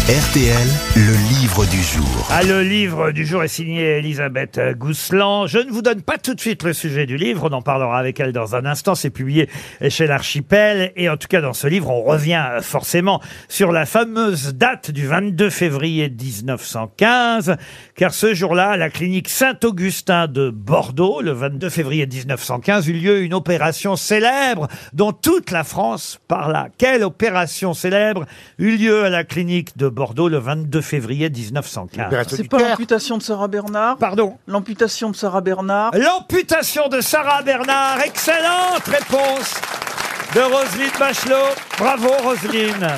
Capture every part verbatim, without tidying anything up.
R T L, le livre du jour. Ah, le livre du jour est signé Elisabeth Gousseland. Je ne vous donne pas tout de suite le sujet du livre, on en parlera avec elle dans un instant, c'est publié chez l'Archipel. Et en tout cas, dans ce livre, on revient forcément sur la fameuse date du vingt-deux février mille neuf cent quinze, car ce jour-là, à la clinique Saint-Augustin de Bordeaux, le vingt-deux février mille neuf cent quinze, eut lieu une opération célèbre dont toute la France parla. Quelle opération célèbre eut lieu à la clinique de Bordeaux le vingt-deux février mille neuf cent quinze? C'est pas l'amputation de Sarah Bernard? Pardon? L'amputation de Sarah Bernard? L'amputation de Sarah Bernard. Excellente réponse de Roselyne Bachelot. Bravo Roselyne.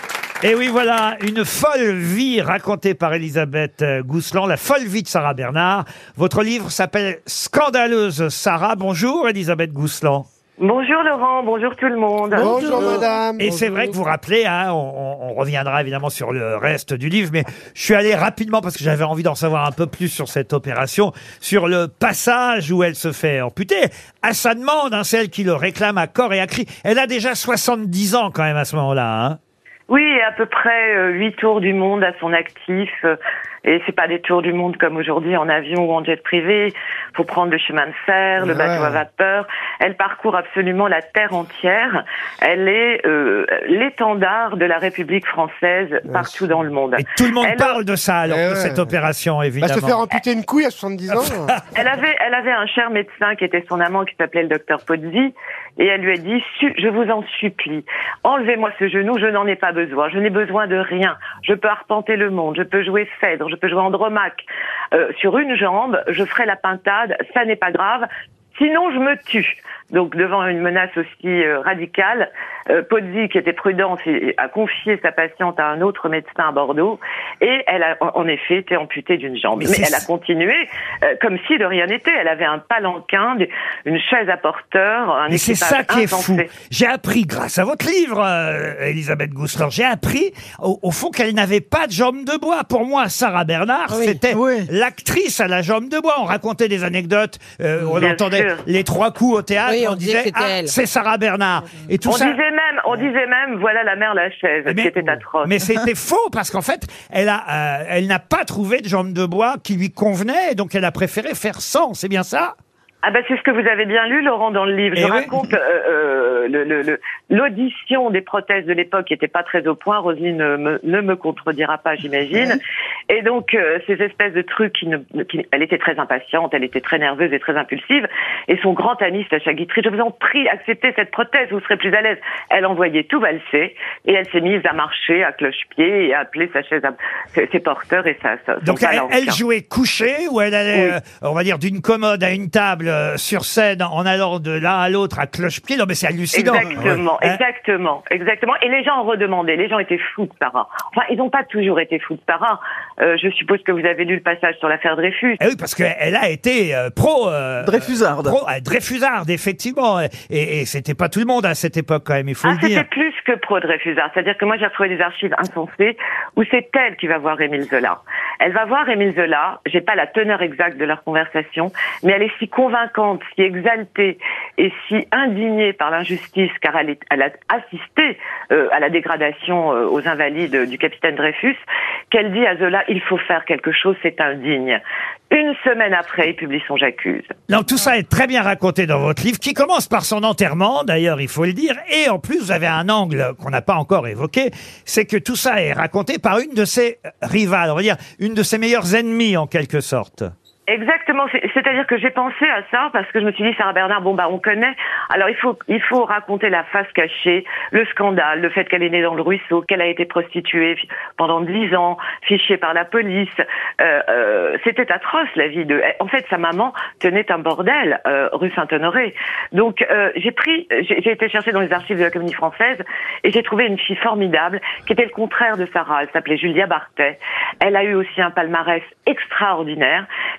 Et oui, voilà, une folle vie racontée par Elisabeth Gousseland, la folle vie de Sarah Bernard. Votre livre s'appelle Scandaleuse Sarah. Bonjour Elisabeth Gousseland. Bonjour Laurent, bonjour tout le monde. Bonjour madame. Et c'est vrai que vous rappelez, hein, on, on reviendra évidemment sur le reste du livre, mais je suis allé rapidement parce que j'avais envie d'en savoir un peu plus sur cette opération, sur le passage où elle se fait amputer. À sa demande, hein, c'est elle qui le réclame à corps et à cri. Elle a déjà soixante-dix ans quand même à ce moment-là. Hein. Oui, à peu près huit euh, tours du monde à son actif. Euh, et c'est pas des tours du monde comme aujourd'hui en avion ou en jet privé. Faut prendre le chemin de fer, le ouais. bateau à vapeur. Elle parcourt absolument la terre entière. Elle est euh, l'étendard de la République française partout dans le monde. Et tout le monde elle parle de ça alors, Eh de ouais. cette opération, évidemment. Bah, se faire amputer une couille à soixante-dix ans. Elle avait, elle avait un cher médecin qui était son amant qui s'appelait le docteur Pozzi et elle lui a dit « Je vous en supplie, enlevez-moi ce genou, je n'en ai pas besoin, je n'ai besoin de rien. Je peux arpenter le monde, je peux jouer Phèdre, je peux jouer Andromaque. Euh, sur une jambe, je ferai la pintade, ça n'est pas grave, sinon je me tue. » Donc devant une menace aussi euh, radicale, euh, Pozzi, qui était prudent, a confié sa patiente à un autre médecin à Bordeaux et elle a en effet été amputée d'une jambe. Mais, Mais elle a continué euh, comme si de rien n'était. Elle avait un palanquin, une chaise à porteur, un Mais c'est équipage ça qui est insensé. fou. J'ai appris, grâce à votre livre, euh, Elisabeth Gousseland, j'ai appris au, au fond qu'elle n'avait pas de jambe de bois. Pour moi, Sarah Bernard, Oui, c'était oui. l'actrice à la jambe de bois. On racontait des anecdotes, euh, on Bien entendait sûr. les trois coups au théâtre, Oui, on, on disait disait que c'était ah, elle. c'est Sarah Bernard. Et tout On ça. disait même, on disait même, voilà la mère Lachaise, Mais- qui était atroce. Mais c'était faux parce qu'en fait, elle a, euh, elle n'a pas trouvé de jambe de bois qui lui convenait, et donc elle a préféré faire sans. C'est bien ça? Ah ben c'est ce que vous avez bien lu, Laurent, dans le livre. Eh Je oui. raconte euh, euh, le, le, le, l'audition des prothèses de l'époque qui n'était pas très au point. Roselyne ne me, ne me contredira pas, j'imagine. Et donc euh, ces espèces de trucs, qui ne, qui, elle était très impatiente, elle était très nerveuse et très impulsive. Et son grand ami Sacha Guitry, je vous en prie, acceptez cette prothèse, vous serez plus à l'aise. Elle envoyait tout valser et elle s'est mise à marcher à cloche-pied et à appeler sa chaise, à, ses, ses porteurs et sa. sa son Donc elle, palanquin. elle jouait couchée ou elle allait, Oui. euh, on va dire, d'une commode à une table euh, sur scène en allant de l'un à l'autre à cloche-pied. Non mais c'est hallucinant. Exactement, Ouais. exactement, exactement. Et les gens en redemandaient. Les gens étaient fous de Sarah. Enfin, ils n'ont pas toujours été fous de Sarah. Euh, je suppose que vous avez lu le passage sur l'affaire Dreyfus. Eh oui, parce qu'elle a été euh, pro... Euh, Dreyfusarde. Pro, euh, Dreyfusarde, effectivement. Et, et c'était pas tout le monde à cette époque, quand même, il faut Ah, le dire. c'était plus que pro-Dreyfusard. C'est-à-dire que moi, j'ai retrouvé des archives insensées où c'est elle qui va voir Émile Zola. Elle va voir Émile Zola. J'ai pas la teneur exacte de leur conversation, mais elle est si convaincante, si exaltée et si indignée par l'injustice, car elle, est, elle a assisté euh, à la dégradation euh, aux invalides du capitaine Dreyfus, qu'elle dit à Zola, il faut faire quelque chose, c'est indigne. Une semaine après, il publie son J'accuse. Non, tout ça est très bien raconté dans votre livre, qui commence par son enterrement, d'ailleurs, il faut le dire. Et en plus, vous avez un angle qu'on n'a pas encore évoqué, c'est que tout ça est raconté par une de ses rivales, on va dire, une de ses meilleures ennemies, en quelque sorte. Exactement, c'est- c'est-à-dire que j'ai pensé à ça parce que je me suis dit, Sarah Bernard, bon bah on connaît, alors il faut il faut raconter la face cachée, le scandale, le fait qu'elle est née dans le ruisseau, qu'elle a été prostituée fi- pendant dix ans, fichée par la police, euh, euh, c'était atroce la vie de... En fait, sa maman tenait un bordel euh, rue Saint-Honoré. Donc euh, j'ai pris, j'ai j'ai été chercher dans les archives de la Comédie Française et j'ai trouvé une fille formidable qui était le contraire de Sarah, elle s'appelait Julia Bartet, elle a eu aussi un palmarès extraordinaire,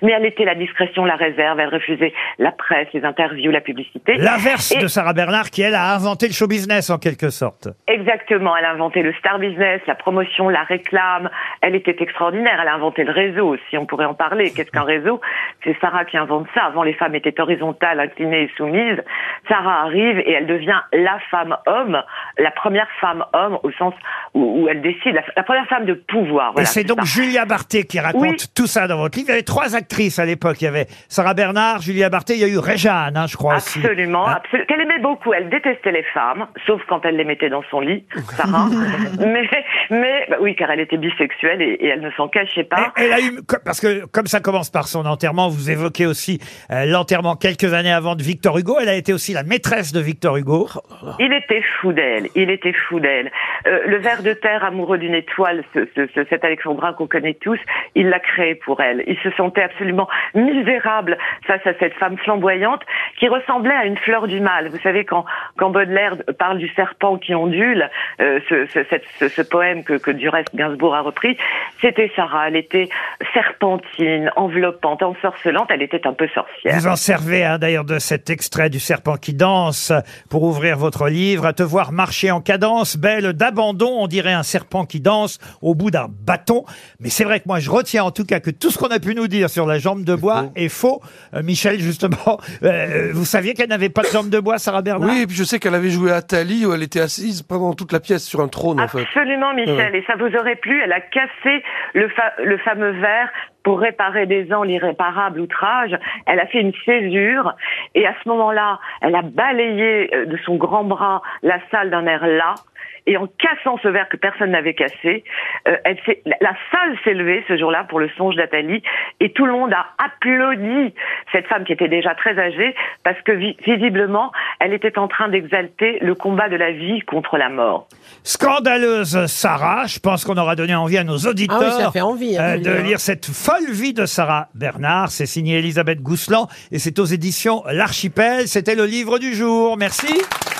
Mais elle était la discrétion, la réserve. Elle refusait la presse, les interviews, la publicité. L'inverse Et- de Sarah Bernard, qui elle a inventé le show business en quelque sorte. Exactement, elle a inventé le star business, la promotion, la réclame. Elle était extraordinaire. Elle a inventé le réseau aussi, on pourrait en parler. Qu'est-ce qu'un réseau? C'est Sarah qui invente ça. Avant, les femmes étaient horizontales, inclinées et soumises. Sarah arrive et elle devient la femme-homme, la première femme-homme au sens où, où elle décide, la, la première femme de pouvoir. Voilà, et c'est donc ça. Julia Barthé qui raconte Oui. tout ça dans votre livre. Il y avait trois actrices à l'époque. Il y avait Sarah Bernard, Julia Barthé, il y a eu Réjeanne, hein, je crois aussi. Absolument, Hein. absolument. Qu'elle aimait beaucoup. Elle détestait les femmes, sauf quand elle les mettait dans son lit, Sarah. mais, mais bah oui, car elle était bisexuelle et, et elle ne s'en cachait pas. Et- Elle a eu, parce que comme ça commence par son enterrement, vous évoquez aussi euh, l'enterrement quelques années avant de Victor Hugo. Elle a été aussi la maîtresse de Victor Hugo. Il était fou d'elle, il était fou d'elle. Euh, le ver de terre amoureux d'une étoile, ce, ce, ce- cet alexandrin qu'on connaît tous, il l'a créé pour elle. Il se sentait absolument misérable face à cette femme flamboyante qui ressemblait à une fleur du mal. Vous savez, quand, quand Baudelaire parle du serpent qui ondule, euh, ce, ce, cette- ce, ce poème que, que du reste Gainsbourg a repris, c'était Sarah. Elle était serpentine, enveloppante, ensorcelante, elle était un peu sorcière. Vous en servez hein, d'ailleurs de cet extrait du serpent qui danse pour ouvrir votre livre. À te voir marcher en cadence, belle d'abandon, on dirait un serpent qui danse au bout d'un bâton. Mais c'est vrai que moi je retiens en tout cas que tout ce qu'on a pu nous dire sur la jambe de bois est faux. Euh, Michel, justement, euh, vous saviez qu'elle n'avait pas de jambe de bois, Sarah Bernard? Oui, et puis je sais qu'elle avait joué à Thalie où elle était assise pendant toute la pièce sur un trône, en fait. Absolument, Michel. Ouais. Et ça vous aurait plu. Elle a cassé le, fa- le fameux verre pour réparer des ans l'irréparable outrage. Elle a fait une césure. Et à ce moment-là, elle a balayé euh, de son grand bras la salle d'un air las. Et en cassant ce verre que personne n'avait cassé, euh, elle s'est, la, la salle s'est levée ce jour-là pour le songe d'Athalie et tout le monde a applaudi cette femme qui était déjà très âgée parce que vi- visiblement, elle était en train d'exalter le combat de la vie contre la mort. Scandaleuse Sarah, je pense qu'on aura donné envie à nos auditeurs Ah oui, ça fait envie, hein, euh, de de lire. lire cette folle vie de Sarah Bernard. C'est signé Elisabeth Gousseland et c'est aux éditions L'Archipel. C'était le livre du jour. Merci.